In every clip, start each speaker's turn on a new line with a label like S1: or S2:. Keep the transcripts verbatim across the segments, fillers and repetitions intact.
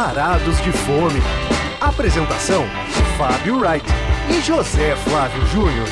S1: Varados de Fome. Apresentação: Fábio Wright e José Flávio Júnior.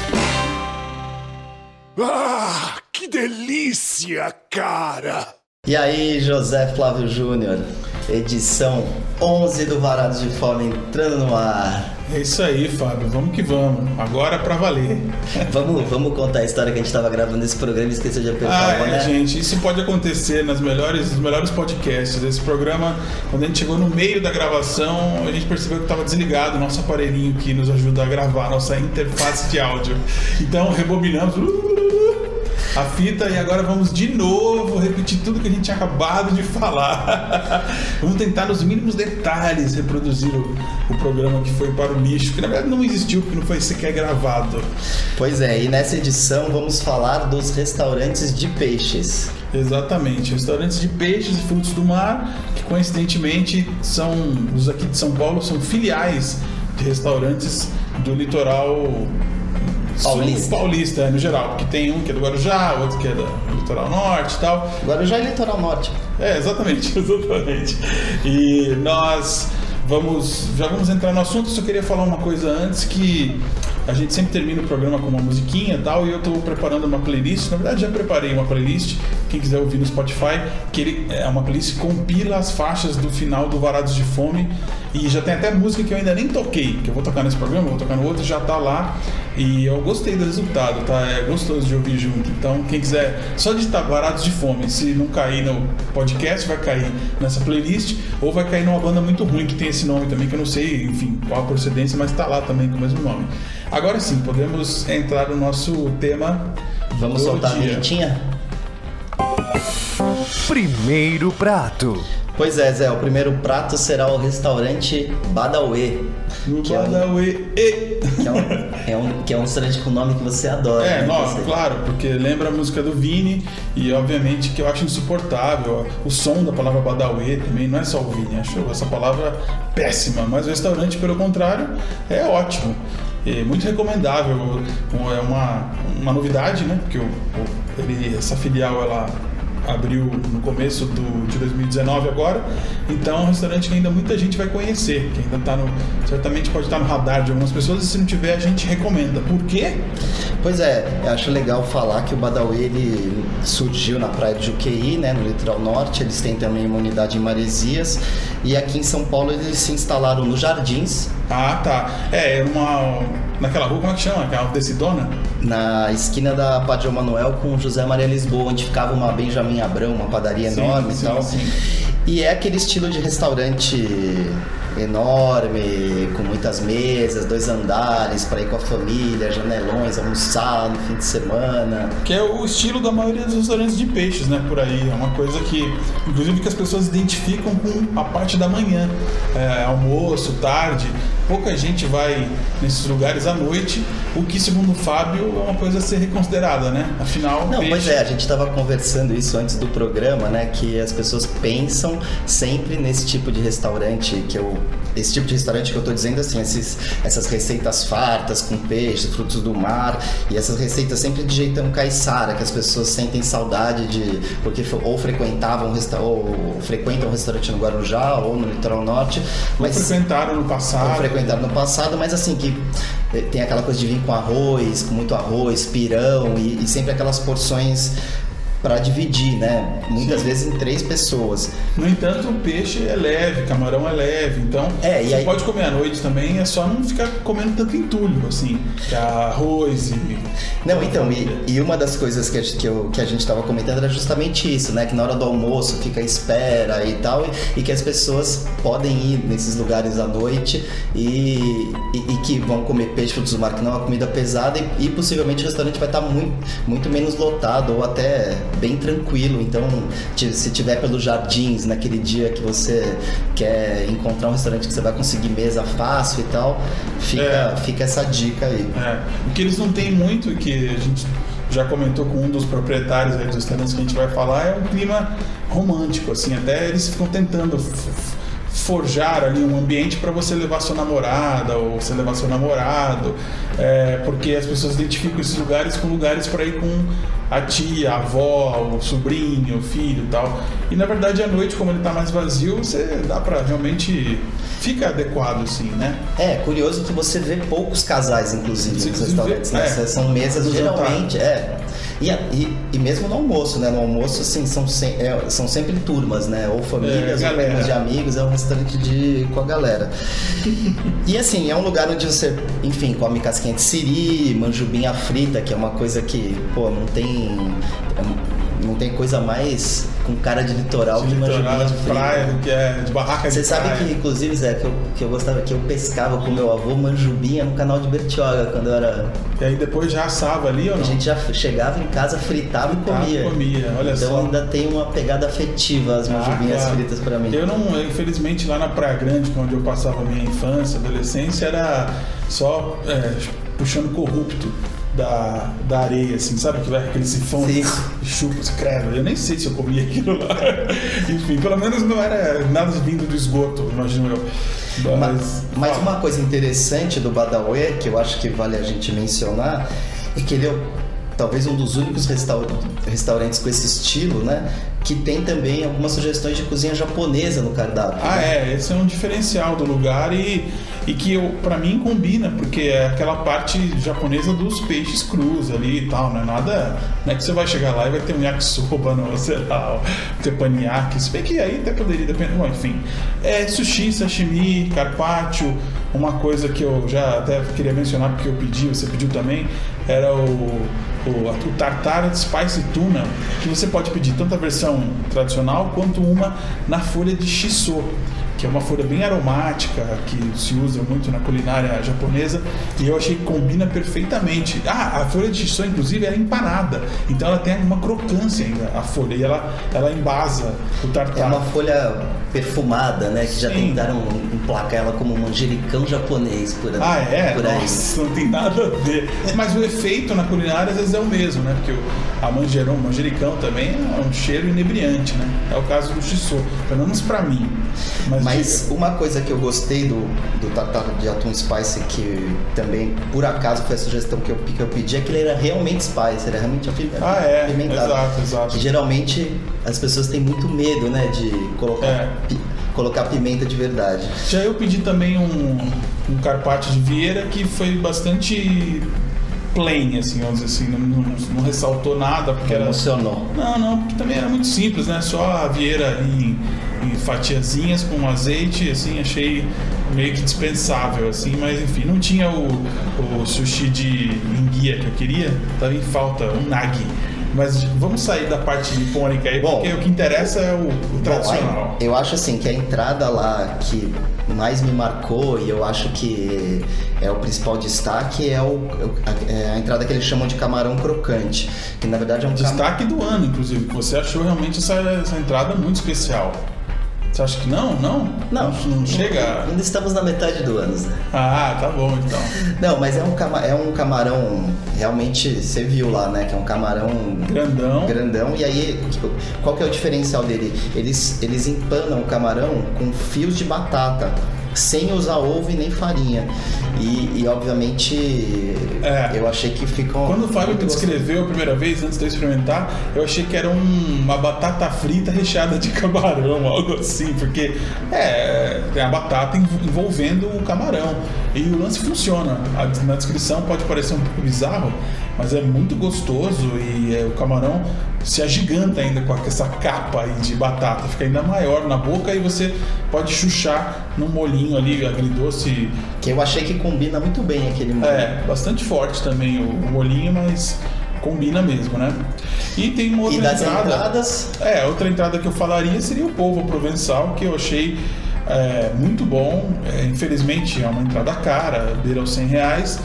S2: Ah, que delícia, cara!
S3: E aí, José Flávio Júnior, edição onze do Varados de Fome entrando no ar.
S4: É isso aí, Fábio, vamos que vamos, agora pra valer.
S3: Vamos, vamos contar a história que a gente tava gravando esse programa e esqueceu de apertar,
S4: ah,
S3: né?
S4: É, gente, isso pode acontecer nas melhores, nos melhores podcasts. Esse programa, quando a gente chegou no meio da gravação, a gente percebeu que estava desligado o nosso aparelhinho que nos ajuda a gravar, nossa interface de áudio. Então, rebobinamos a fita e agora vamos de novo repetir tudo que a gente tinha acabado de falar. Vamos tentar nos mínimos detalhes reproduzir o, o programa que foi para o lixo, que na verdade não existiu, porque não foi sequer gravado.
S3: Pois é, e nessa edição vamos falar dos restaurantes de peixes.
S4: Exatamente, restaurantes de peixes e frutos do mar, que coincidentemente são, os aqui de São Paulo, são filiais de restaurantes do litoral
S3: Paulista.
S4: Paulista, no geral, porque tem um que é do Guarujá, outro que é do litoral norte e tal.
S3: Guarujá é litoral norte.
S4: É, exatamente, exatamente. E nós vamos, já vamos entrar no assunto. Só queria falar uma coisa antes, que a gente sempre termina o programa com uma musiquinha e tal, e eu estou preparando uma playlist. Na verdade, já preparei uma playlist, quem quiser ouvir no Spotify, que ele é uma playlist que compila as faixas do final do Varados de Fome, e já tem até música que eu ainda nem toquei, que eu vou tocar nesse programa, vou tocar no outro, já tá lá, e eu gostei do resultado, tá? É gostoso de ouvir junto. Então, quem quiser, só digitar Varados de Fome, se não cair no podcast, vai cair nessa playlist, ou vai cair numa banda muito ruim que tem esse nome também, que eu não sei, enfim, qual a procedência, mas tá lá também com o mesmo nome. Agora sim, podemos entrar no nosso tema.
S3: Vamos soltar a vinhetinha?
S1: Primeiro prato.
S3: Pois é, Zé, o primeiro prato será o restaurante Badauê.
S4: No
S3: que
S4: Badauê.
S3: É um, que, é um, é um, que é um restaurante com nome que você adora.
S4: É,
S3: né?
S4: nossa,
S3: você...
S4: claro, porque lembra a música do Vini, e obviamente que eu acho insuportável o som da palavra Badauê também, não é só o Vini, acho essa palavra péssima, mas o restaurante, pelo contrário, é ótimo. É muito recomendável, é uma, uma novidade, né? Porque o, o, ele, essa filial ela abriu no começo do, de dois mil e dezenove agora, então é um restaurante que ainda muita gente vai conhecer, que ainda está no, certamente pode estar no radar de algumas pessoas, e se não tiver a gente recomenda. Por quê?
S3: Pois é, eu acho legal falar que o Badauê ele surgiu na praia de Juqueí, né, no litoral norte. Eles têm também uma unidade em Maresias, e aqui em São Paulo eles se instalaram nos Jardins.
S4: Ah, tá. É, uma, naquela rua, como é que chama? Aquela decidona?
S3: Na esquina da Padre Manuel com José Maria Lisboa, onde ficava uma Benjamin Abrão, uma padaria sim, enorme
S4: sim,
S3: e tal.
S4: Sim.
S3: E é aquele estilo de restaurante enorme, com muitas mesas, dois andares para ir com a família, janelões, almoçar no fim de semana.
S4: Que é o estilo da maioria dos restaurantes de peixes, né, por aí. É uma coisa que, inclusive, que as pessoas identificam com a parte da manhã, é, almoço, tarde. Pouca gente vai nesses lugares à noite, o que, segundo o Fábio, é uma coisa a ser reconsiderada, né? Afinal,
S3: Não,
S4: peixe...
S3: pois é, a gente estava conversando isso antes do programa, né? Que as pessoas pensam sempre nesse tipo de restaurante que eu... Esse tipo de restaurante que eu tô dizendo, assim, esses, essas receitas fartas com peixe, frutos do mar, e essas receitas sempre de jeitão caiçara, que as pessoas sentem saudade de... Porque ou frequentavam resta... ou frequentam um restaurante no Guarujá ou no litoral norte. Mas...
S4: Ou frequentaram no passado.
S3: Ou frequentaram no passado, mas assim, que tem aquela coisa de vir com arroz, com muito arroz, pirão, e, e sempre aquelas porções para dividir, né? Muitas Sim. vezes em três pessoas.
S4: No entanto, o peixe é leve, camarão é leve, então
S3: é,
S4: você
S3: aí...
S4: pode comer à noite também, é só não ficar comendo tanto entulho, assim, que é arroz e...
S3: Não, então, e, e uma das coisas que a, que, eu, que a gente estava comentando era justamente isso, né? Que na hora do almoço fica à espera e tal, e, e que as pessoas podem ir nesses lugares à noite e, e, e que vão comer peixe, frutos do mar, que não é uma comida pesada, e, e possivelmente o restaurante vai estar muito, muito menos lotado, ou até bem tranquilo. Então, se tiver pelos Jardins naquele dia que você quer encontrar um restaurante que você vai conseguir mesa fácil e tal, fica, é. fica essa dica aí.
S4: É. O que eles não têm muito, e que a gente já comentou com um dos proprietários aí dos restaurantes que a gente vai falar, é um clima romântico, assim, até eles ficam tentando f- forjar ali um ambiente para você levar sua namorada ou você levar seu namorado, é, porque as pessoas identificam esses lugares com lugares para ir com a tia, a avó, o sobrinho, o filho e tal. E na verdade à noite, como ele tá mais vazio, você dá para realmente fica adequado assim, né?
S3: É, curioso que você vê poucos casais, inclusive,
S4: Você
S3: nos restaurantes,
S4: vê,
S3: né?
S4: é,
S3: São mesas geralmente,
S4: jantar.
S3: é. E, e, e mesmo no almoço, né? No almoço, assim, são, se, é, são sempre turmas, né? Ou famílias,
S4: É,
S3: ou
S4: galera.
S3: grupos de amigos, é um restaurante de, com a galera. E assim, é um lugar onde você, enfim, come casquinha de siri, manjubinha frita, que é uma coisa que, pô, não tem... Não tem coisa mais com cara de litoral
S4: De
S3: que
S4: litoral,
S3: manjubinha
S4: de
S3: frita.
S4: praia, do que é de barraca
S3: Você
S4: de
S3: sabe
S4: praia.
S3: que, inclusive, Zé, que eu, que eu gostava, que eu pescava com meu avô manjubinha no canal de Bertioga, quando eu era...
S4: E aí depois já assava ali ou
S3: A
S4: não?
S3: gente já chegava em casa, fritava e
S4: Tá,
S3: comia.
S4: comia, olha
S3: então
S4: só.
S3: ainda tem uma pegada afetiva as
S4: Ah,
S3: manjubinhas
S4: claro.
S3: fritas pra mim.
S4: Eu não, eu, infelizmente lá na Praia Grande, que é onde eu passava a minha infância, adolescência, era só é, puxando corrupto da, da areia, assim, sabe? Que vai com aquele sifão
S3: Sim.
S4: e chupa, credo. Eu nem sei se eu comia aquilo lá. Enfim, pelo menos não era nada vindo do esgoto, imagino eu.
S3: Mas,
S4: Mas,
S3: mas
S4: fala.
S3: uma coisa interessante do Badauê, que eu acho que vale a gente mencionar, é que ele é talvez um dos únicos restaur- restaurantes com esse estilo, né? Que tem também algumas sugestões de cozinha japonesa no cardápio.
S4: Ah,
S3: né?
S4: é, esse é um diferencial do lugar e, e que eu, pra mim combina, porque é aquela parte japonesa dos peixes crus ali e tal, não é nada, não é que você vai chegar lá e vai ter um yakisoba, não, sei lá, teppanyaki, se bem que aí até poderia depender, bom, enfim, é sushi, sashimi, carpaccio, uma coisa que eu já até queria mencionar porque eu pedi, você pediu também, era o, o, o tartar de spicy tuna, que você pode pedir tanto a versão tradicional quanto uma na folha de shiso, que é uma folha bem aromática, que se usa muito na culinária japonesa, e eu achei que combina perfeitamente. Ah, a folha de shiso, inclusive, é empanada, então ela tem uma crocância ainda, a folha, e ela, ela embasa o tartar.
S3: É uma folha perfumada, né? Que já
S4: Sim.
S3: tentaram emplacar ela como um manjericão japonês por,
S4: Ah, é?
S3: por aí.
S4: Nossa, não tem nada a ver. Mas o efeito na culinária às vezes é o mesmo, né? Porque o, a manjerão, o manjericão também é um cheiro inebriante, né? É o caso do shiso, pelo menos pra mim. Mas,
S3: Mas
S4: diga.
S3: uma coisa que eu gostei do, do tartar de atum spicy, que também por acaso foi a sugestão que eu, que eu pedi, é que ele era realmente spicy, ele era realmente apimentado.
S4: Ah, é, exato, exato.
S3: Que geralmente as pessoas têm muito medo, né, de colocar,
S4: É.
S3: pi- colocar pimenta de verdade.
S4: Já eu pedi também um, um carpaccio de vieira que foi bastante plain, assim, vamos dizer assim, não, não, não ressaltou nada, porque era...
S3: Emocionou.
S4: Não, não, porque também era muito simples, né? Só a vieira em, em fatiazinhas com azeite, assim, achei meio que dispensável, assim, mas enfim, não tinha o, o sushi de enguia que eu queria, tava em falta, um nagi. Mas vamos sair da parte nipônica aí,
S3: Bom,
S4: porque o que interessa é o, o tradicional.
S3: Bom, eu acho assim que a entrada lá que mais me marcou e eu acho que é o principal destaque é, o, a, é a entrada que eles chamam de camarão crocante, que na verdade é um camarão...
S4: Destaque do ano, inclusive, que você achou realmente essa, essa entrada muito especial. Você acha que não? Não?
S3: Não,
S4: Não chega...
S3: Ainda estamos na metade do ano, Zé.
S4: Ah, tá bom, então.
S3: Não, mas é um, cama, é um camarão, realmente, você viu lá, né? Que é um camarão
S4: Grandão.
S3: grandão. E aí, qual que é o diferencial dele? Eles, eles empanam o camarão com fios de batata, sem usar ovo e nem farinha. E, e obviamente,
S4: É.
S3: eu achei que ficou...
S4: Quando o Fábio me
S3: muito gostoso.
S4: descreveu a primeira vez, antes de eu experimentar, eu achei que era um- uma batata frita recheada de camarão, algo assim, porque é, tem a batata env- envolvendo o camarão. E o lance funciona. A- Na descrição pode parecer um pouco bizarro, mas é muito gostoso e é, o camarão se agiganta ainda com essa capa aí de batata, fica ainda maior na boca e você pode chuchar num molhinho ali agridoce.
S3: Que eu achei que combina muito bem aquele molho.
S4: É, bastante forte também o, o molhinho, mas combina mesmo, né? E tem uma outra
S3: E das
S4: entrada.
S3: entradas...
S4: É, outra entrada que eu falaria seria o polvo provençal, que eu achei é, muito bom. É, infelizmente é uma entrada cara, beira aos cem reais,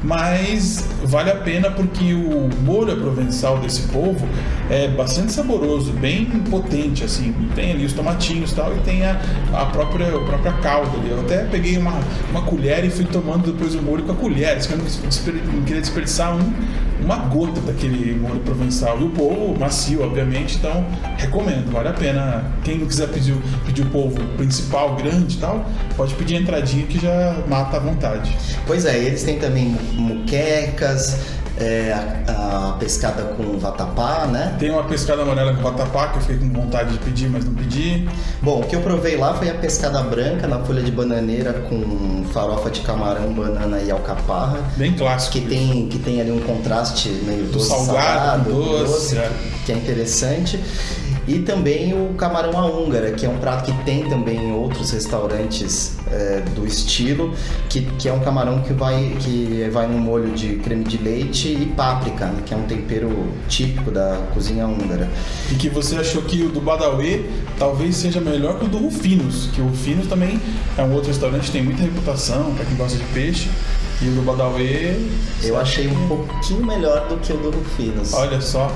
S4: mas vale a pena porque o molho provençal desse polvo é bastante saboroso, bem potente, assim. Tem ali os tomatinhos e tal, e tem a, a, própria, a própria calda ali. Eu até peguei uma, uma colher e fui tomando depois o molho com a colher, isso que eu não, desper- não queria desperdiçar um, uma gota daquele molho provençal. E o polvo macio, obviamente, então recomendo, vale a pena. Quem não quiser pedir, pedir o polvo principal, grande e tal, pode pedir a entradinha que já mata à vontade.
S3: Pois é, eles têm também muquecas, é, a, a pescada com vatapá, né?
S4: Tem uma pescada amarela com vatapá que eu fiquei com vontade de pedir, mas não pedi.
S3: Bom, o que eu provei lá foi a pescada branca na folha de bananeira com farofa de camarão, banana e alcaparra.
S4: Bem clássico.
S3: Que tem, que tem ali um contraste meio
S4: do
S3: doce,
S4: salgado,
S3: salgado,
S4: doce,
S3: doce
S4: é.
S3: que é interessante. E também o camarão à húngara, que é um prato que tem também em outros restaurantes é, do estilo, que, que é um camarão que vai, que vai no molho de creme de leite e páprica, né, que é um tempero típico da cozinha húngara.
S4: E que você achou que o do Badawi talvez seja melhor que o do Rufinos, que o Rufinos também é um outro restaurante que tem muita reputação para quem gosta de peixe. E o do Badawi...
S3: Eu achei um pouquinho melhor do que o do Rufinos.
S4: Olha só.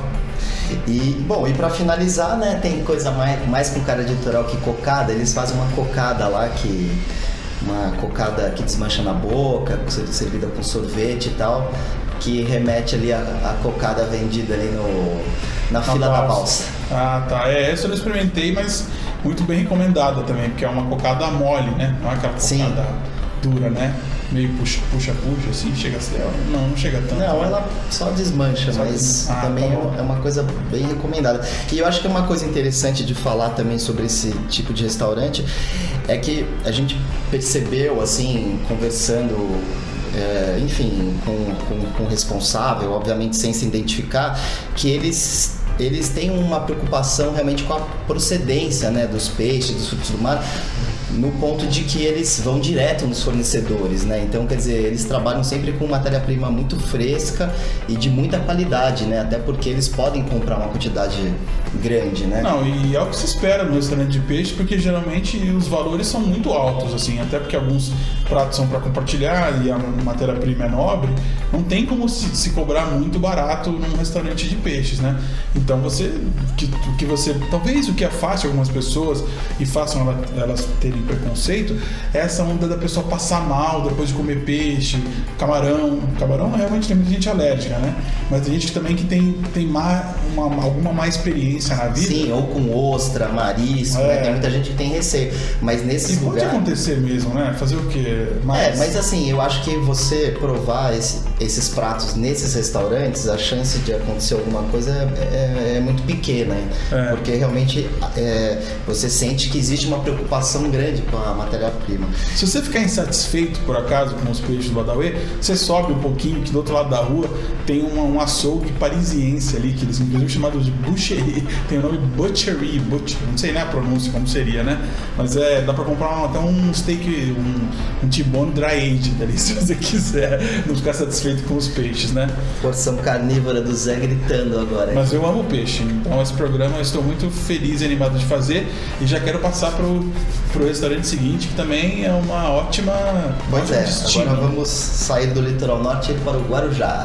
S3: E, bom, e pra finalizar, né, tem coisa mais, mais com cara de litoral que cocada. Eles fazem uma cocada lá, que uma cocada que desmancha na boca, servida com sorvete e tal, que remete ali a, a cocada vendida ali no, na, na fila balsa. da balsa.
S4: Ah, tá. É, essa eu não experimentei, mas muito bem recomendada também, porque é uma cocada mole, né? Não é aquela cocada Sim. dura, né? Meio puxa-puxa, assim, chega a ser... Não, não chega tanto.
S3: Não, ela só desmancha, só mas ah, também tá é uma coisa bem recomendada. E eu acho que uma coisa interessante de falar também sobre esse tipo de restaurante é que a gente percebeu, assim, conversando... É, enfim, com, com, com o responsável, obviamente sem se identificar, que eles... eles têm uma preocupação realmente com a procedência, né, dos peixes, dos frutos do mar, no ponto de que eles vão direto nos fornecedores, né? Então, quer dizer, eles trabalham sempre com matéria-prima muito fresca e de muita qualidade, né? Até porque eles podem comprar uma quantidade grande, né?
S4: Não, e é o que se espera no restaurante de peixe, porque geralmente os valores são muito altos, assim, até porque alguns pratos são para compartilhar e a matéria-prima é nobre, não tem como se, se cobrar muito barato num restaurante de peixes, né? Então, você, que, que você, talvez o que afaste algumas pessoas e façam elas, elas terem preconceito, é essa onda da pessoa passar mal depois de comer peixe, camarão. Camarão realmente tem muita gente alérgica, né? Mas tem gente que também que tem, tem mais, uma, alguma mais experiência na vida.
S3: Sim, ou com ostra, marisco, é. né? Tem muita gente que tem receio. Mas nesses
S4: lugares...
S3: lugares...
S4: pode acontecer mesmo, né? Fazer o quê?
S3: Mas... É, mas assim, eu acho que você provar esse, esses pratos nesses restaurantes, a chance de acontecer alguma coisa é, é, é muito pequena, hein? É. Porque realmente é, você sente que existe uma preocupação grande com a matéria-prima.
S4: Se você ficar insatisfeito, por acaso, com os peixes do Badawi, você sobe um pouquinho, que do outro lado da rua tem uma, um açougue parisiense ali, que eles inclusive chamam de boucherie, tem o nome butchery, butcher, não sei nem a pronúncia como seria, né? Mas é, dá pra comprar um, até um steak, um, um T-bone dry aged ali, se você quiser não ficar satisfeito com os peixes, né?
S3: Porção carnívora do Zé gritando agora. Hein?
S4: Mas eu amo peixe, então esse programa eu estou muito feliz e animado de fazer e já quero passar pro, pro restaurante seguinte, que também é uma ótima,
S3: pois
S4: ótimo
S3: é,
S4: destino.
S3: Agora vamos sair do litoral norte e ir para o Guarujá.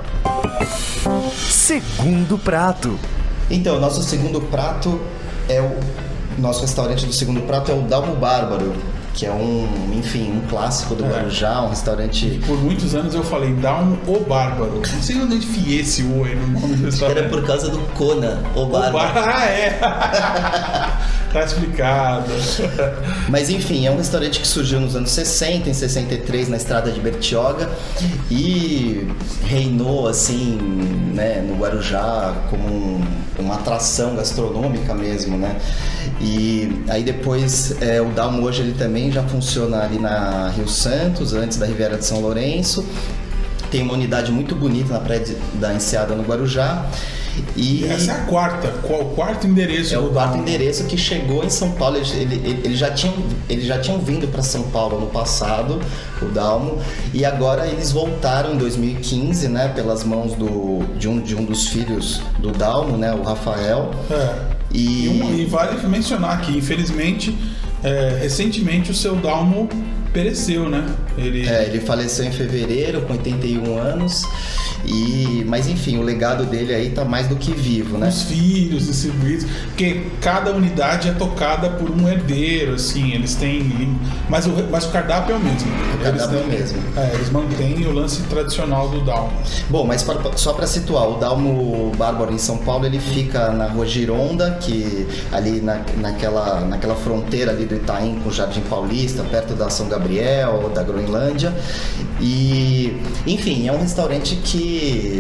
S1: Segundo prato.
S3: Então, nosso segundo prato é o... Nosso restaurante do segundo prato é o Dalmo Bárbaro, que é um, enfim, um clássico do é. Guarujá, um restaurante...
S4: Por muitos anos eu falei Dalmo o Bárbaro. Não sei onde enfiei esse O aí no nome do restaurante.
S3: Era por causa do Conan, o Bárbaro.
S4: O Bar... Ah, é! Tá explicado.
S3: Mas enfim, é um restaurante que surgiu nos anos sessenta, em sessenta e três, na estrada de Bertioga, e reinou assim, né, no Guarujá como um, uma atração gastronômica mesmo, né? E aí depois é, o Dalmo hoje ele também já funciona ali na Rio Santos, antes da Riviera de São Lourenço. Tem uma unidade muito bonita na Praia de, da Enseada, no Guarujá. E
S4: essa é a quarta, qual o quarto endereço?
S3: É o
S4: do
S3: quarto
S4: Dalmo.
S3: endereço que chegou em São Paulo. Eles ele, ele, ele já tinham, eles já tinham vindo para São Paulo no passado, o Dalmo, e agora eles voltaram em dois mil e quinze, né, pelas mãos do, de, um, de um dos filhos do Dalmo, né, o Rafael.
S4: É.
S3: E,
S4: e, um, e vale mencionar que, infelizmente, é, recentemente o seu Dalmo pereceu, né? Ele...
S3: É, ele faleceu em fevereiro com oitenta e um anos. E, mas enfim, o legado dele aí tá mais do que vivo, né?
S4: Os filhos distribuídos, porque cada unidade é tocada por um herdeiro, assim, eles têm. Mas o, mas o cardápio é o mesmo.
S3: O cardápio
S4: têm,
S3: é o mesmo.
S4: É, eles mantêm o lance tradicional do Dalmo.
S3: Bom, mas pra, só para situar, o Dalmo Bárbaro em São Paulo, ele fica na Rua Gironda, que ali na, naquela, naquela fronteira ali do Itaim com o Jardim Paulista, perto da São Gabriel, da Groenlândia. E, enfim, é um restaurante que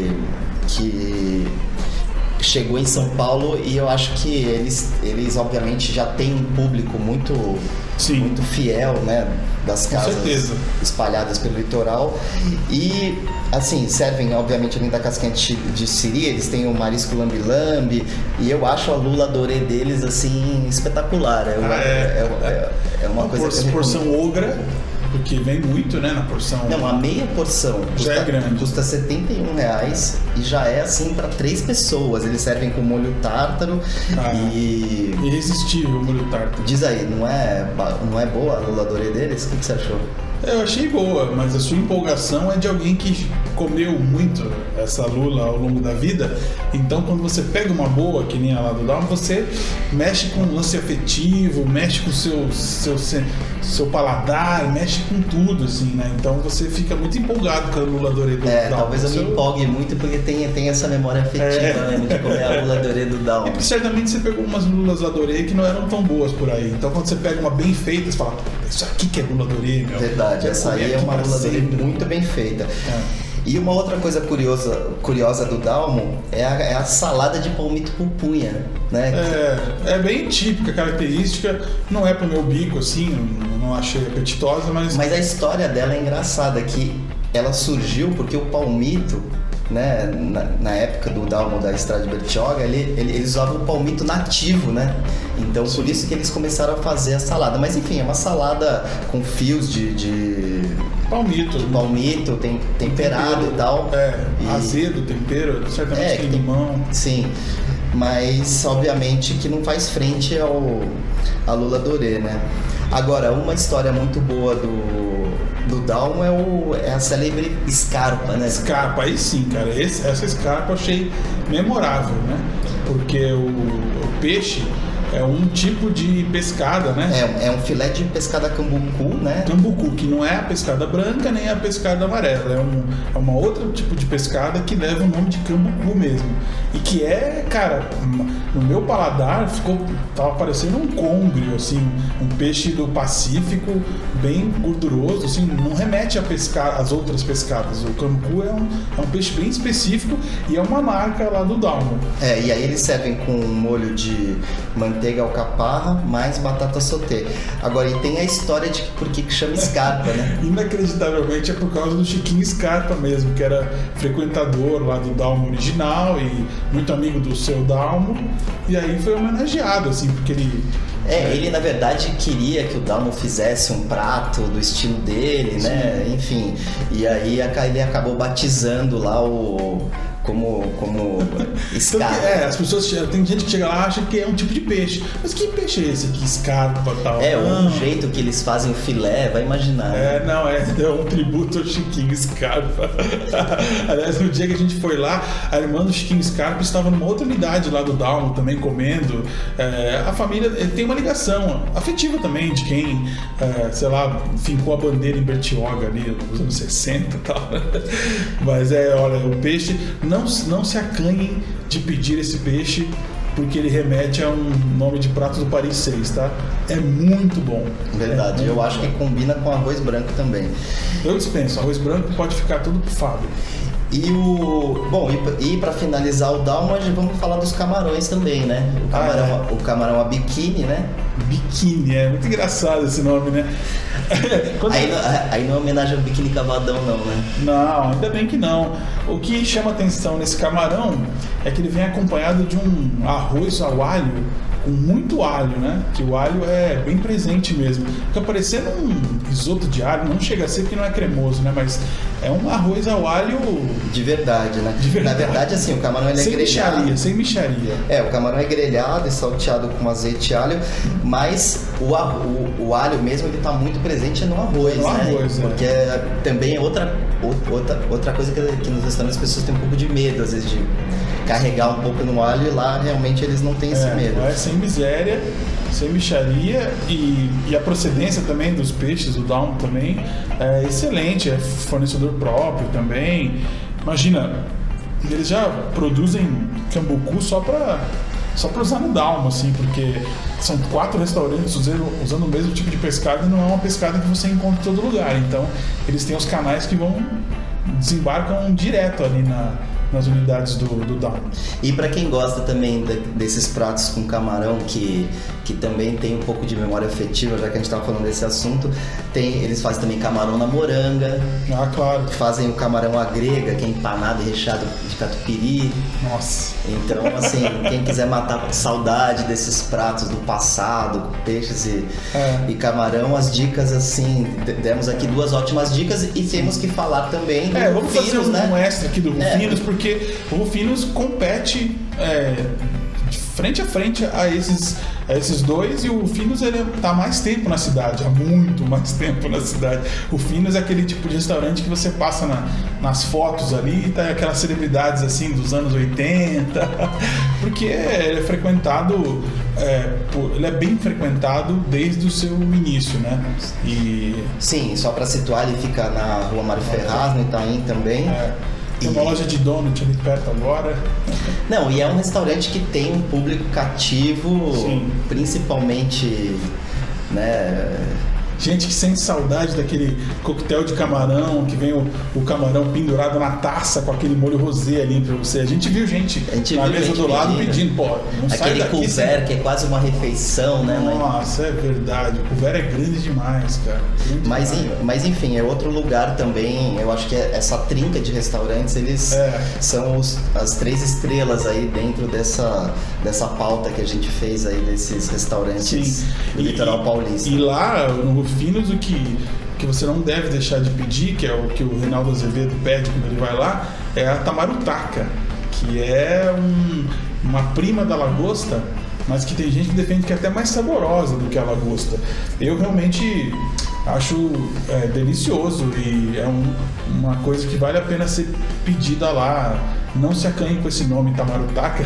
S3: que chegou em São Paulo e eu acho que eles, eles obviamente já têm um público muito, muito fiel, né, das casas espalhadas pelo litoral e assim, servem obviamente além da casquinha de siri, eles têm o marisco lambi-lambi e eu acho a lula dorê deles assim espetacular, é uma, ah, é, é, é, é uma, uma coisa
S4: por, porção ogra. Porque vem muito, né, na porção.
S3: Não, a meia porção
S4: já
S3: custa,
S4: é grande.
S3: Custa setenta e um reais e já é assim para três pessoas. Eles servem com molho tártaro ah, e...
S4: irresistível o molho tártaro.
S3: Diz aí, não é, não é boa a lula dorê deles? O que, que você achou?
S4: Eu achei boa, mas a sua empolgação é de alguém que comeu muito essa lula ao longo da vida. Então, quando você pega uma boa, que nem a lá do Dalmo, você mexe com o lance afetivo, mexe com o seu, seu, seu paladar, mexe com tudo, assim, né? Então, você fica muito empolgado com a lula dorê do
S3: é,
S4: Dalmo.
S3: Talvez eu
S4: seu...
S3: me empolgue muito porque tem, tem essa memória afetiva é. mesmo de comer a lula dorê do Dalmo.
S4: E certamente você pegou umas lulas adorê que não eram tão boas por aí. Então, quando você pega uma bem feita, você fala, isso aqui que é lula dorê, meu.
S3: Verdade. Essa aí é uma lula dorê muito bem feita. É. E uma outra coisa curiosa, curiosa do Dalmo é a, é a salada de palmito com punha, né?
S4: É, é bem típica, característica. Não é pro meu bico, assim, não, não achei apetitosa, mas...
S3: Mas a história dela é engraçada, que ela surgiu porque o palmito, né, na, na época do Dalmo da Estrada de Bertioga, ele, ele, eles usavam o palmito nativo, né? Então, Sim. por isso que eles começaram a fazer a salada. Mas, enfim, é uma salada com fios de... de...
S4: palmito.
S3: De palmito, tem, temperado tempero, e tal.
S4: É,
S3: e...
S4: azedo, tempero, certamente
S3: é,
S4: tem limão.
S3: Sim, mas obviamente que não faz frente ao a lula dorê, né? Agora, uma história muito boa do, do Dalmo é, o, é a célebre Scarpa, né?
S4: Scarpa, aí sim, cara. Esse, essa Scarpa eu achei memorável, né? Porque o, o peixe... é um tipo de pescada, né?
S3: É, é um filé de pescada cambucu, né?
S4: Cambucu, que não é a pescada branca nem a pescada amarela. É, um, é uma outra tipo de pescada que leva o nome de cambucu mesmo. E que é, cara, no meu paladar ficou, tava parecendo um côngrio, assim, um peixe do Pacífico, bem gorduroso, assim, não remete a pescar as outras pescadas. O cambucu é um, é um peixe bem específico e é uma marca lá do Dalmo.
S3: É, e aí eles servem com um molho de manteiga alcaparra mais batata sauté. Agora, e tem a história de por que chama Scarpa, né?
S4: Inacreditavelmente é por causa do Chiquinho Scarpa mesmo, que era frequentador lá do Dalmo original e muito amigo do seu Dalmo, e aí foi homenageado, assim, porque ele...
S3: É, ele na verdade queria que o Dalmo fizesse um prato do estilo dele, Sim. né? Enfim, e aí ele acabou batizando lá o... como, como Scarpa.
S4: Então, é, as pessoas, tem gente que chega lá e acha que é um tipo de peixe. Mas que peixe é esse aqui? Scarpa e tal?
S3: É,
S4: não.
S3: um jeito que eles fazem o filé, vai imaginar.
S4: É, não, é, é um tributo ao Chiquinho Scarpa. Aliás, no dia que a gente foi lá, a irmã do Chiquinho Scarpa estava numa outra unidade lá do Dalmo, também comendo. É, a família tem uma ligação afetiva também de quem, é, sei lá, fincou a bandeira em Bertioga ali nos anos sessenta e tal. Mas é, olha, o peixe... Não, não se acanhem de pedir esse peixe, porque ele remete a um nome de prato do Paris seis, tá? É muito bom.
S3: Verdade,
S4: é
S3: eu acho que combina com arroz branco também.
S4: Eu dispenso, arroz branco pode ficar tudo pro Fábio.
S3: E o... Bom, e para finalizar o Dalmo, vamos falar dos camarões também, né? O camarão, ah, é. o camarão a biquíni, né?
S4: Biquíni, é muito engraçado esse nome, né?
S3: aí, não, aí não é homenagem ao biquíni cavadão, não, né?
S4: Não, ainda bem que não. O que chama atenção nesse camarão é que ele vem acompanhado de um arroz ao alho, com muito alho, né? Que o alho é bem presente mesmo. Fica parecendo um risoto de alho, não chega a ser porque não é cremoso, né? Mas é um arroz ao alho
S3: de verdade, né?
S4: De verdade.
S3: Na verdade, assim, o camarão ele é
S4: sem
S3: grelhado.
S4: Micharia, sem micharia.
S3: É, o camarão é grelhado e salteado com azeite e alho, mas o, o, o alho mesmo ele tá muito presente no arroz,
S4: no
S3: né?
S4: Arroz,
S3: Porque
S4: é.
S3: é, também é outra, outra, outra coisa que, que nos restaurantes as pessoas têm um pouco de medo, às vezes, de carregar um pouco no alho, e lá realmente eles não têm esse
S4: É,
S3: medo.
S4: é sem miséria, sem micharia, e, e a procedência também dos peixes, o Dalmo também é excelente, é fornecedor próprio também. Imagina, eles já produzem cambucu só para só para usar no Dalmo, assim, porque são quatro restaurantes usando, usando o mesmo tipo de pescado e não é uma pescada que você encontra em todo lugar. Então, eles têm os canais que vão desembarcam direto ali na nas unidades do, do Dalmo.
S3: E para quem gosta também de, desses pratos com camarão, que, que também tem um pouco de memória afetiva, já que a gente estava falando desse assunto, tem, eles fazem também camarão na moranga.
S4: Ah, claro.
S3: Fazem o camarão à grega, que é empanado e recheado de catupiry.
S4: Nossa.
S3: Então, assim, quem quiser matar saudade desses pratos do passado, com peixes e,
S4: é.
S3: e camarão, as dicas, assim, demos aqui duas ótimas dicas e temos que falar também do
S4: É, vamos
S3: Rufinos,
S4: fazer um,
S3: né?
S4: um extra aqui do Rufinos,
S3: É.
S4: porque o Rufinos compete é, de frente a frente a esses, a esses dois, e o Rufinos ele tá há mais tempo na cidade, há muito mais tempo na cidade. O Rufinos é aquele tipo de restaurante que você passa na, nas fotos ali e tá aquelas celebridades assim dos anos oitenta, porque ele é frequentado, é, por, ele é bem frequentado desde o seu início, né? E
S3: Sim, só para situar, ele fica na Rua Mário Ferraz, no Itaim também.
S4: é, tem uma
S3: E-
S4: loja de donut ali perto agora.
S3: Não, e é um restaurante que tem um público cativo,
S4: Sim.
S3: principalmente, né?
S4: Gente que sente saudade daquele coquetel de camarão, que vem o, o camarão pendurado na taça com aquele molho rosé ali pra você. A gente viu gente
S3: A gente
S4: na
S3: viu
S4: mesa
S3: gente
S4: do lado
S3: pedindo.
S4: pedindo, pô, não sai
S3: Aquele
S4: daqui.
S3: couvert que é quase uma refeição, né? Mas-
S4: Nossa, é verdade. O couvert é grande demais, cara. Grande
S3: Mas,
S4: demais.
S3: en- mas enfim, é outro lugar também. Eu acho que é essa trinca de restaurantes, eles
S4: É.
S3: são os- as três estrelas aí dentro dessa, dessa pauta que a gente fez aí desses restaurantes
S4: Sim.
S3: do litoral paulista.
S4: E lá no Rufinos, o que, que você não deve deixar de pedir, que é o que o Reinaldo Azevedo pede quando ele vai lá, é a tamarutaca, que é um- uma prima da lagosta, mas que tem gente que defende que é até mais saborosa do que a lagosta. Eu realmente acho é, delicioso e é um- uma coisa que vale a pena ser pedida lá. Não se acanhe com esse nome tamarutaca,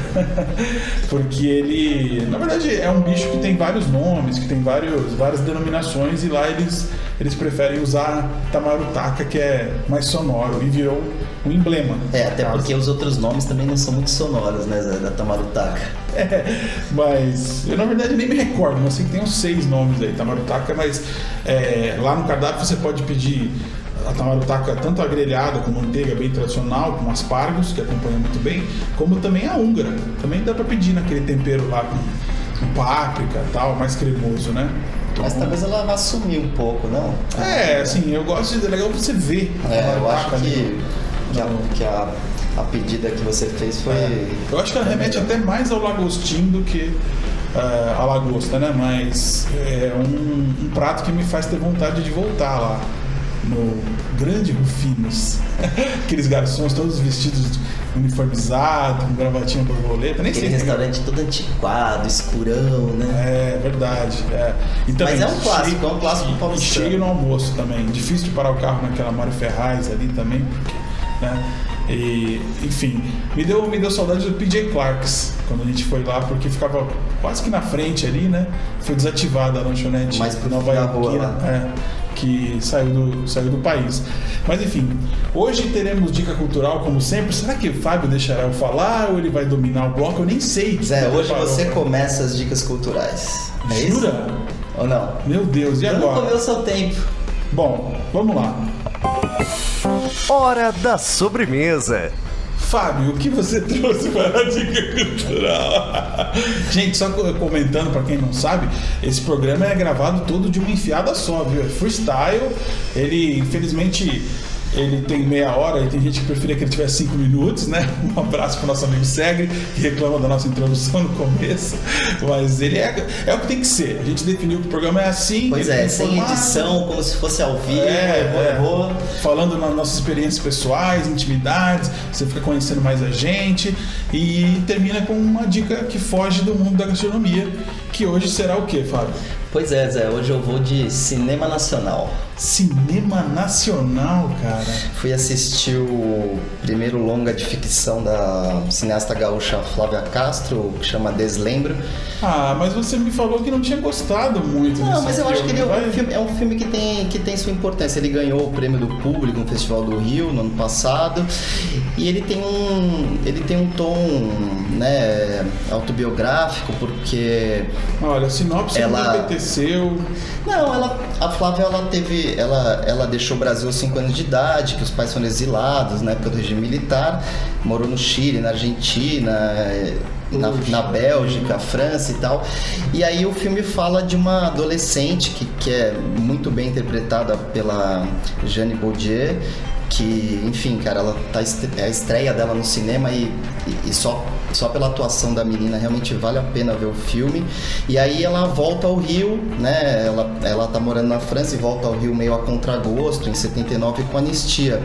S4: porque ele, na verdade, é um bicho que tem vários nomes, que tem vários, várias denominações, e lá eles, eles preferem usar tamarutaca, que é mais sonoro, e virou um emblema.
S3: É, até
S4: Caso.
S3: porque os outros nomes também não são muito sonoros, né, Zé, da tamarutaca.
S4: É, mas eu na verdade nem me recordo, não sei que tem uns seis nomes aí, tamarutaca, mas é, lá no cardápio você pode pedir a tamarutaca tanto a grelhada com manteiga bem tradicional, com aspargos, que acompanha muito bem, como também a húngara. Também dá pra pedir naquele tempero lá com, com páprica e tal, mais cremoso, né? Então,
S3: Mas talvez ela vá sumir um pouco, não?
S4: É, assim, eu gosto de. É legal você ver. a
S3: É, eu acho
S4: tamarutaca ali
S3: que, que, a,
S4: no-
S3: que a, a pedida que você fez foi...
S4: Eu acho que ela remete até mais ao lagostim do que uh, a lagosta, né? Mas é um, um prato que me faz ter vontade de voltar lá no grande Rufinos. Aqueles garçons todos vestidos uniformizados, com gravatinha borboleta, nem
S3: Aquele
S4: sei.
S3: restaurante todo antiquado, escurão, né?
S4: É verdade. É. E também,
S3: Mas é um clássico,
S4: cheio-
S3: é um clássico
S4: e- e
S3: paulistano.
S4: cheio no almoço também. Difícil de parar o carro naquela Mário Ferraz ali também, porque, né? E, enfim, me deu, me deu saudade do P J Clark's quando a gente foi lá, porque ficava quase que na frente ali, né? Foi desativada a lanchonete
S3: Mais pro
S4: Nova
S3: fim da rua
S4: Iorquina,
S3: lá.
S4: é, que saiu do, saiu do país. Mas enfim, hoje teremos dica cultural como sempre. Será que o Fábio deixará eu falar ou ele vai dominar o bloco? Eu nem sei.
S3: Zé, hoje
S4: Preparou.
S3: você começa as dicas culturais. É isso?
S4: Jura?
S3: Ou não?
S4: Meu Deus, e
S3: Eu não
S4: agora?
S3: comeu o seu tempo.
S4: Bom, vamos lá.
S1: Hora da sobremesa.
S4: Fábio, o que você trouxe para a dica cultural? Gente, só co- comentando para quem não sabe, esse programa é gravado todo de uma enfiada só, viu? É freestyle. Ele, infelizmente, ele tem meia hora e tem gente que preferia que ele tivesse cinco minutos, né? Um abraço pro nosso amigo Segre, que reclama da nossa introdução no começo. Mas ele é, é o que tem que ser. A gente definiu que o programa é assim.
S3: Pois é, sem edição, como se fosse ao vivo.
S4: É,
S3: vou,
S4: é. Falando nas nossas experiências pessoais, intimidades, você fica conhecendo mais a gente. E termina com uma dica que foge do mundo da gastronomia, que hoje será o quê, Fábio?
S3: Pois é, Zé, hoje eu vou de cinema nacional.
S4: Cinema nacional, cara?
S3: Fui assistir o primeiro longa de ficção da cineasta gaúcha Flávia Castro, que chama Deslembro.
S4: Ah, mas você me falou que não tinha gostado muito desse filme.
S3: Não, mas eu
S4: filme,
S3: acho que ele é
S4: vai...
S3: um, filme, é um filme que tem, que tem sua importância. Ele ganhou o prêmio do público no Festival do Rio no ano passado. E ele tem um, ele tem um tom, né, autobiográfico, porque...
S4: Olha, a sinopse
S3: ela...
S4: não apeteceu.
S3: Não, ela, a Flávia, ela teve, ela, ela deixou o Brasil aos cinco anos de idade, que os pais foram exilados na época do regime militar, morou no Chile, na Argentina, na, na Bélgica, França e tal. E aí o filme fala de uma adolescente que, que é muito bem interpretada pela Jeanne Baudier, que, enfim, cara, ela tá, é a estreia dela no cinema e, e, e só, só pela atuação da menina realmente vale a pena ver o filme. E aí ela volta ao Rio, né? Ela, ela tá morando na França e volta ao Rio meio a contragosto, em setenta e nove, com Anistia.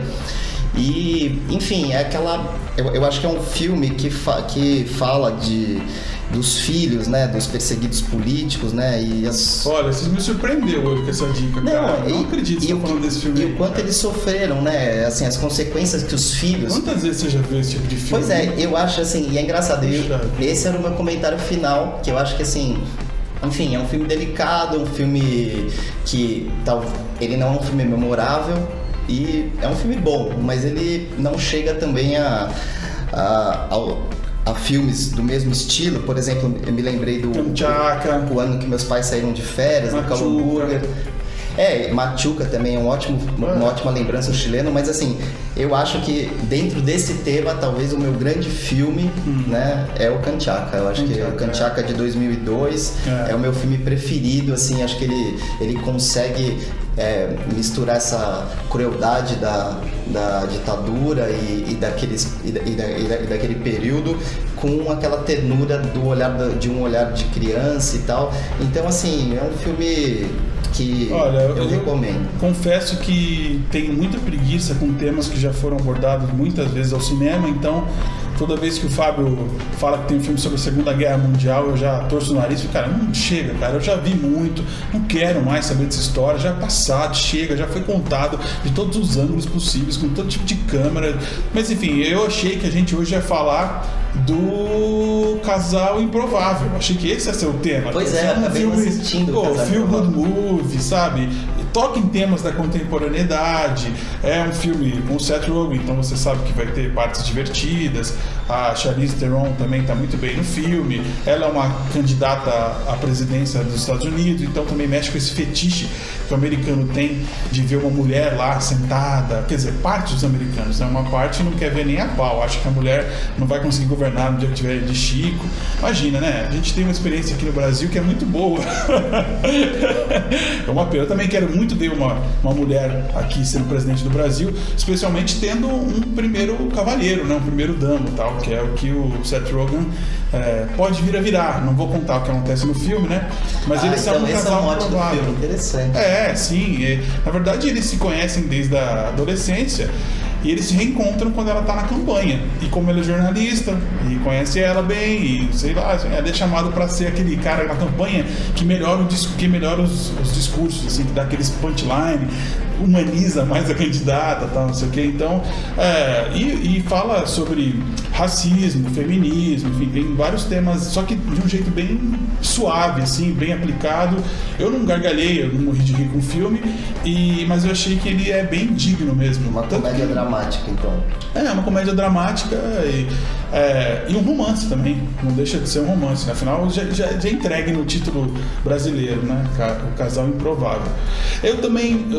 S3: E, enfim, é aquela... Eu, eu acho que é um filme que, fa, que fala de... dos filhos, né, dos perseguidos políticos, né, e as...
S4: Olha, você me surpreendeu hoje com essa dica,
S3: não,
S4: cara. Eu
S3: e,
S4: não acredito que você tá falando desse filme.
S3: E
S4: aí,
S3: o quanto
S4: cara.
S3: eles sofreram, né, assim, as consequências que os filhos...
S4: Quantas vezes você já viu esse tipo de filme?
S3: Pois é, eu acho assim, e é engraçado, eu, esse era o meu comentário final, que eu acho que assim... Enfim, é um filme delicado, é um filme que tal, ele não é um filme memorável e é um filme bom, mas ele não chega também a, a, ao, a filmes do mesmo estilo. Por exemplo, eu me lembrei do
S4: Kanchaka,
S3: o, o ano que meus pais saíram de férias, no Calumburger. É, Machuca também é um ótimo, uma ótima lembrança chileno, mas assim, eu acho que dentro desse tema, talvez o meu grande filme, hum. né, é o Kanchaka. Eu acho Kanchaka, que o Kanchaka é. de dois mil e dois é. é o meu filme preferido, assim, acho que ele, ele consegue é, misturar essa crueldade da, da ditadura e, e, daqueles, e, da, e, da, e daquele período com aquela ternura do olhar de um olhar de criança e tal. Então, assim, é um filme que
S4: Olha,
S3: eu,
S4: eu
S3: recomendo.
S4: Confesso que tenho muita preguiça com temas que já foram abordados muitas vezes ao cinema, então toda vez que o Fábio fala que tem um filme sobre a Segunda Guerra Mundial, eu já torço o nariz e fico, cara, não chega, cara, eu já vi muito, não quero mais saber dessa história, já é passado, chega, já foi contado de todos os ângulos possíveis, com todo tipo de câmera. Mas enfim, eu achei que a gente hoje ia falar do Casal Improvável. Achei que esse ia ser o tema.
S3: Pois é,
S4: um
S3: acabei
S4: filme,
S3: assistindo
S4: pô,
S3: o Casal
S4: Feel Good
S3: Improvável.
S4: Movie, sabe? Toca em temas da contemporaneidade. É um filme com o Seth Rogen, então você sabe que vai ter partes divertidas. A Charlize Theron também está muito bem no filme. Ela é uma candidata à presidência dos Estados Unidos, então também mexe com esse fetiche que o americano tem de ver uma mulher lá sentada. Quer dizer, parte dos americanos, né? Uma parte não quer ver nem a pau. Acha que a mulher não vai conseguir governar no dia que tiver de Chico. Imagina, né? A gente tem uma experiência aqui no Brasil que é muito boa. É uma pena. Eu também quero muito ver uma, uma mulher aqui sendo presidente do Brasil, especialmente tendo um primeiro cavalheiro, né? Um primeiro damo, tal, que é o que o Seth Rogen é, pode vir a virar. Não vou contar o que acontece no filme, né? Mas
S3: ah,
S4: eles
S3: então
S4: são um casal
S3: é um
S4: improvável.
S3: filme. Interessante.
S4: É, sim. É, na verdade, eles se conhecem desde a adolescência. E eles se reencontram quando ela tá na campanha. E como ele é jornalista, e conhece ela bem, e sei lá, ele é chamado para ser aquele cara na campanha que melhora, o, que melhora os, os discursos, assim, que dá aqueles punchline, humaniza mais a candidata, tal, não sei o que. Então, é, e, e fala sobre racismo, feminismo, enfim, tem vários temas, só que de um jeito bem suave, assim, bem aplicado. Eu não gargalhei, eu não morri de rir com o filme, e, mas eu achei que ele é bem digno mesmo.
S3: Uma
S4: Tanto
S3: comédia
S4: que,
S3: dramática, então.
S4: É, uma comédia dramática e, é, e um romance também, não deixa de ser um romance, né? Afinal já, já, já entregue no título brasileiro, né? O Casal Improvável. Eu também eu também estava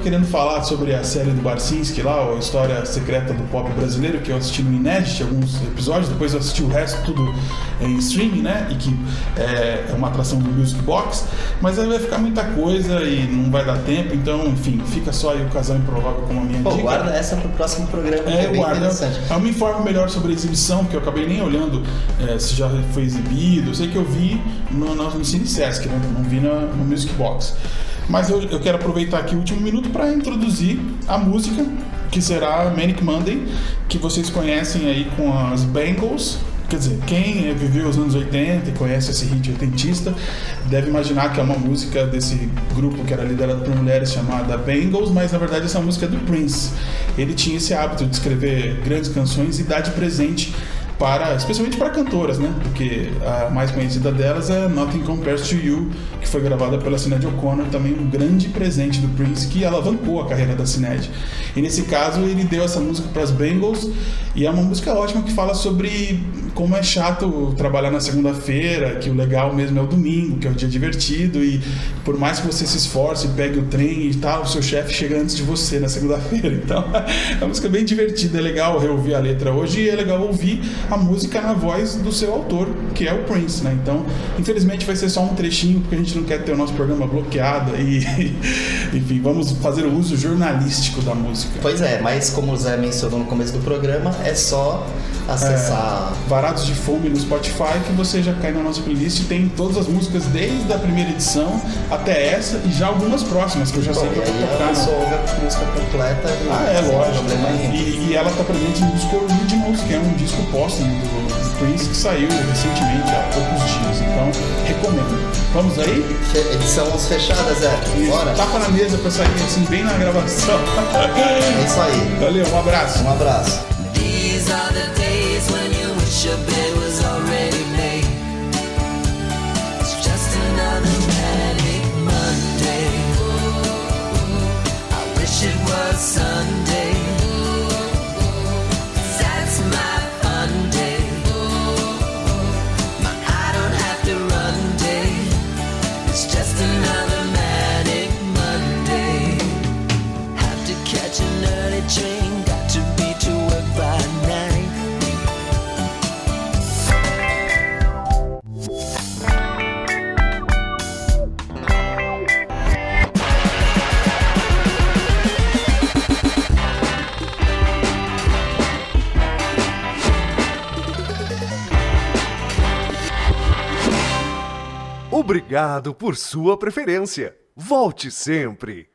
S4: querendo falar sobre a série do Barcinski lá, a história secreta do pop brasileiro, que eu assisti no Inédit, alguns episódios, depois eu assisti o resto tudo em streaming, né? E que é, é uma atração do Music Box, mas aí vai ficar muita coisa e não vai dar tempo, então, enfim, fica só aí o Casal Improvável como a minha
S3: Pô,
S4: dica.
S3: guarda essa pro próximo programa,
S4: é,
S3: que é bem
S4: guarda.
S3: interessante.
S4: Eu me informo melhor sobre a exibição, porque eu acabei nem olhando é, se já foi exibido. Eu sei que eu vi no, no, no Cine Sesc, né? Não vi na, no Music Box. Mas eu, eu quero aproveitar aqui o último minuto para introduzir a música, que será Manic Monday, que vocês conhecem aí com as Bangles. Quer dizer, quem viveu os anos oitenta e conhece esse hit oitentista deve imaginar que é uma música desse grupo que era liderado por mulheres chamada Bangles, mas na verdade essa música é do Prince. Ele tinha esse hábito de escrever grandes canções e dar de presente para, especialmente para cantoras, né? Porque a mais conhecida delas é Nothing Compares to You, que foi gravada pela Sinéad O'Connor, também um grande presente do Prince que alavancou a carreira da Sinéad. E nesse caso ele deu essa música para as Bangles, e é uma música ótima que fala sobre como é chato trabalhar na segunda-feira, que o legal mesmo é o domingo, que é o dia divertido, e por mais que você se esforce, pegue o trem e tal, o seu chefe chega antes de você na segunda-feira. Então é uma música bem divertida, é legal reouvir a letra hoje e é legal ouvir a música na voz do seu autor, que é o Prince, né? Então, infelizmente vai ser só um trechinho, porque a gente não quer ter o nosso programa bloqueado e, enfim, vamos fazer o uso jornalístico da música.
S3: Pois é, mas como o Zé mencionou no começo do programa, é só acessar...
S4: É, Varados de Fome no Spotify, que você já cai na nossa playlist e tem todas as músicas desde a primeira edição até essa e já algumas próximas, que eu já
S3: Bom,
S4: sei que eu
S3: e
S4: vou
S3: aí
S4: tocar.
S3: a pessoa ouve a música completa e
S4: Ah, é
S3: sem
S4: lógico.
S3: problema nenhum.
S4: E, e ela tá presente no disco Originals, que é um disco póstumo do, do Prince, que saiu recentemente, há poucos dias. Então, recomendo. Vamos aí?
S3: Fe- Edição fechadas, Zé. Bora.
S4: Tapa na mesa pra sair assim, bem na gravação.
S3: É isso aí.
S4: Valeu, um abraço.
S3: Um abraço.
S5: These are the days when you wish your bed was already made. It's just another manic Monday. I wish it was Sunday. 'Cause that's my fun day. My I don't have to run day. It's just another manic Monday. Have to catch an early train. Got to be to work by nine.
S1: Obrigado por sua preferência. Volte sempre.